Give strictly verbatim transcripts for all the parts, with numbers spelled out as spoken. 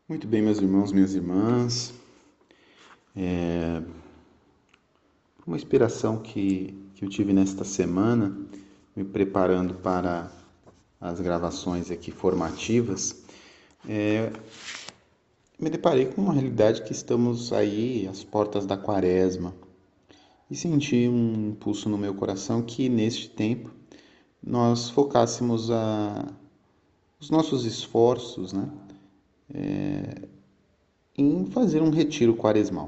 Muito bem, meus irmãos, minhas irmãs. É, uma inspiração que, que eu tive nesta semana, me preparando para as gravações aqui formativas, me deparei com uma realidade que estamos aí às portas da quaresma e senti um impulso no meu coração que neste tempo nós focássemos a, os nossos esforços, né, em fazer um retiro quaresmal.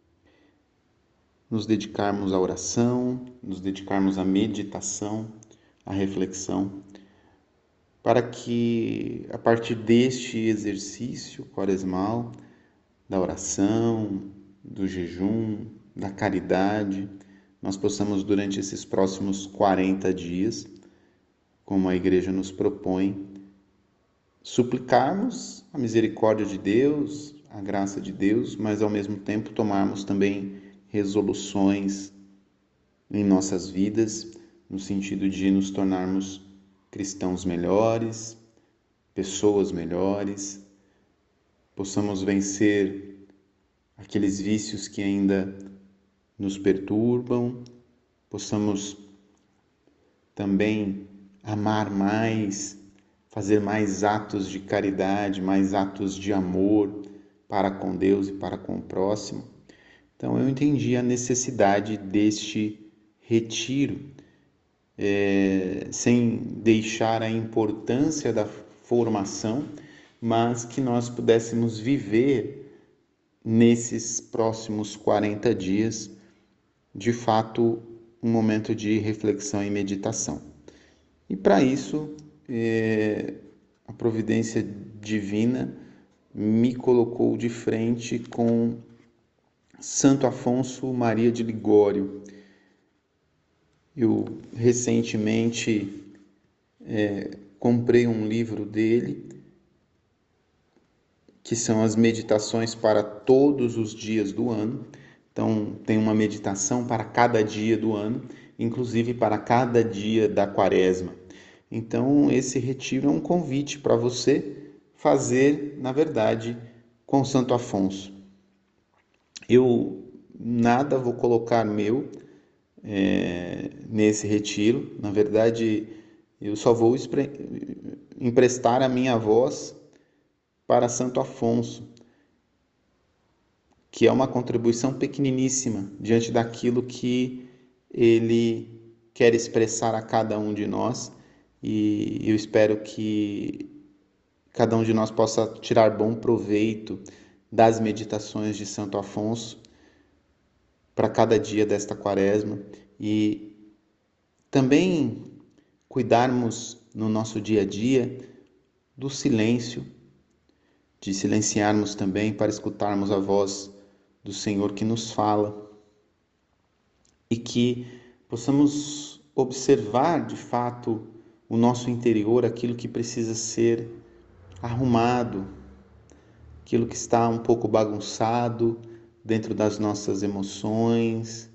Nos dedicarmos à oração, nos dedicarmos à meditação, à reflexão, para que a partir deste exercício quaresmal, da oração, do jejum, da caridade, nós possamos durante esses próximos quarenta dias, como a igreja nos propõe, suplicarmos a misericórdia de Deus, a graça de Deus, mas ao mesmo tempo tomarmos também resoluções em nossas vidas, no sentido de nos tornarmos cristãos melhores, pessoas melhores, possamos vencer aqueles vícios que ainda nos perturbam, possamos também amar mais, fazer mais atos de caridade, mais atos de amor para com Deus e para com o próximo. Então eu entendi a necessidade deste retiro, é, sem deixar a importância da formação, mas que nós pudéssemos viver nesses próximos quarenta dias, de fato, um momento de reflexão e meditação. E para isso, é, a providência divina me colocou de frente com Santo Afonso Maria de Ligório. Eu recentemente é, comprei um livro dele, que são as meditações para todos os dias do ano. Então, tem uma meditação para cada dia do ano, inclusive para cada dia da quaresma. Então, esse retiro é um convite para você fazer, na verdade, com Santo Afonso. Eu nada vou colocar meu é, nesse retiro. Na verdade, eu só vou emprestar a minha voz para Santo Afonso, que é uma contribuição pequeniníssima diante daquilo que ele quer expressar a cada um de nós, e eu espero que cada um de nós possa tirar bom proveito das meditações de Santo Afonso para cada dia desta quaresma, e também cuidarmos no nosso dia a dia do silêncio, de silenciarmos também para escutarmos a voz do Senhor que nos fala, e que possamos observar de fato o nosso interior, aquilo que precisa ser arrumado, aquilo que está um pouco bagunçado dentro das nossas emoções,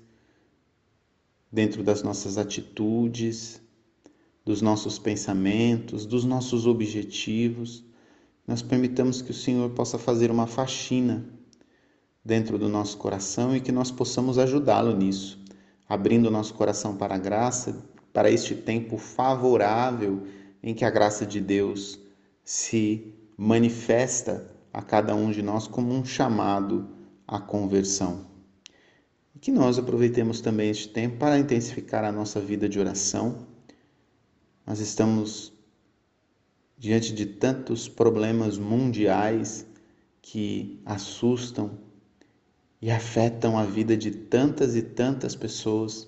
dentro das nossas atitudes, dos nossos pensamentos, dos nossos objetivos. Nós permitamos que o Senhor possa fazer uma faxina dentro do nosso coração e que nós possamos ajudá-lo nisso, abrindo o nosso coração para a graça, para este tempo favorável em que a graça de Deus se manifesta a cada um de nós como um chamado à conversão. E que nós aproveitemos também este tempo para intensificar a nossa vida de oração. Nós estamos diante de tantos problemas mundiais que assustam e afetam a vida de tantas e tantas pessoas.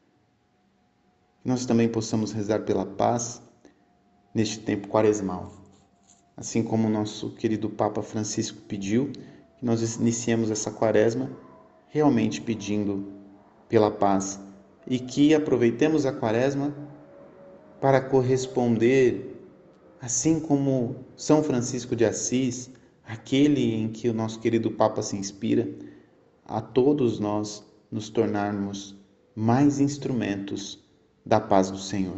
Que nós também possamos rezar pela paz neste tempo quaresmal. Assim como o nosso querido Papa Francisco pediu, que nós iniciemos essa quaresma realmente pedindo pela paz, e que aproveitemos a quaresma para corresponder, assim como São Francisco de Assis, aquele em que o nosso querido Papa se inspira, a todos nós nos tornarmos mais instrumentos da paz do Senhor.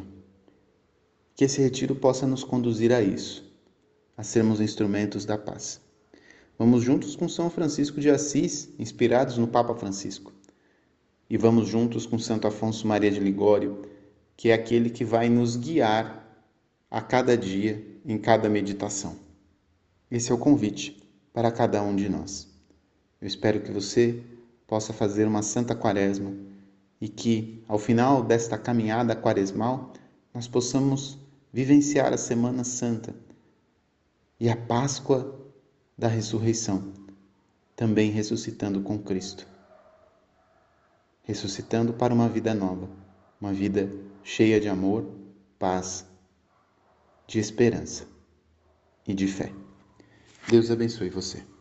Que esse retiro possa nos conduzir a isso, a sermos instrumentos da paz. Vamos juntos com São Francisco de Assis, inspirados no Papa Francisco. E vamos juntos com Santo Afonso Maria de Ligório, que é aquele que vai nos guiar a cada dia, em cada meditação. Esse é o convite para cada um de nós. Eu espero que você possa fazer uma santa quaresma e que, ao final desta caminhada quaresmal, nós possamos vivenciar a Semana Santa e a Páscoa da ressurreição, também ressuscitando com Cristo. Ressuscitando para uma vida nova, uma vida cheia de amor, paz, de esperança e de fé. Deus abençoe você.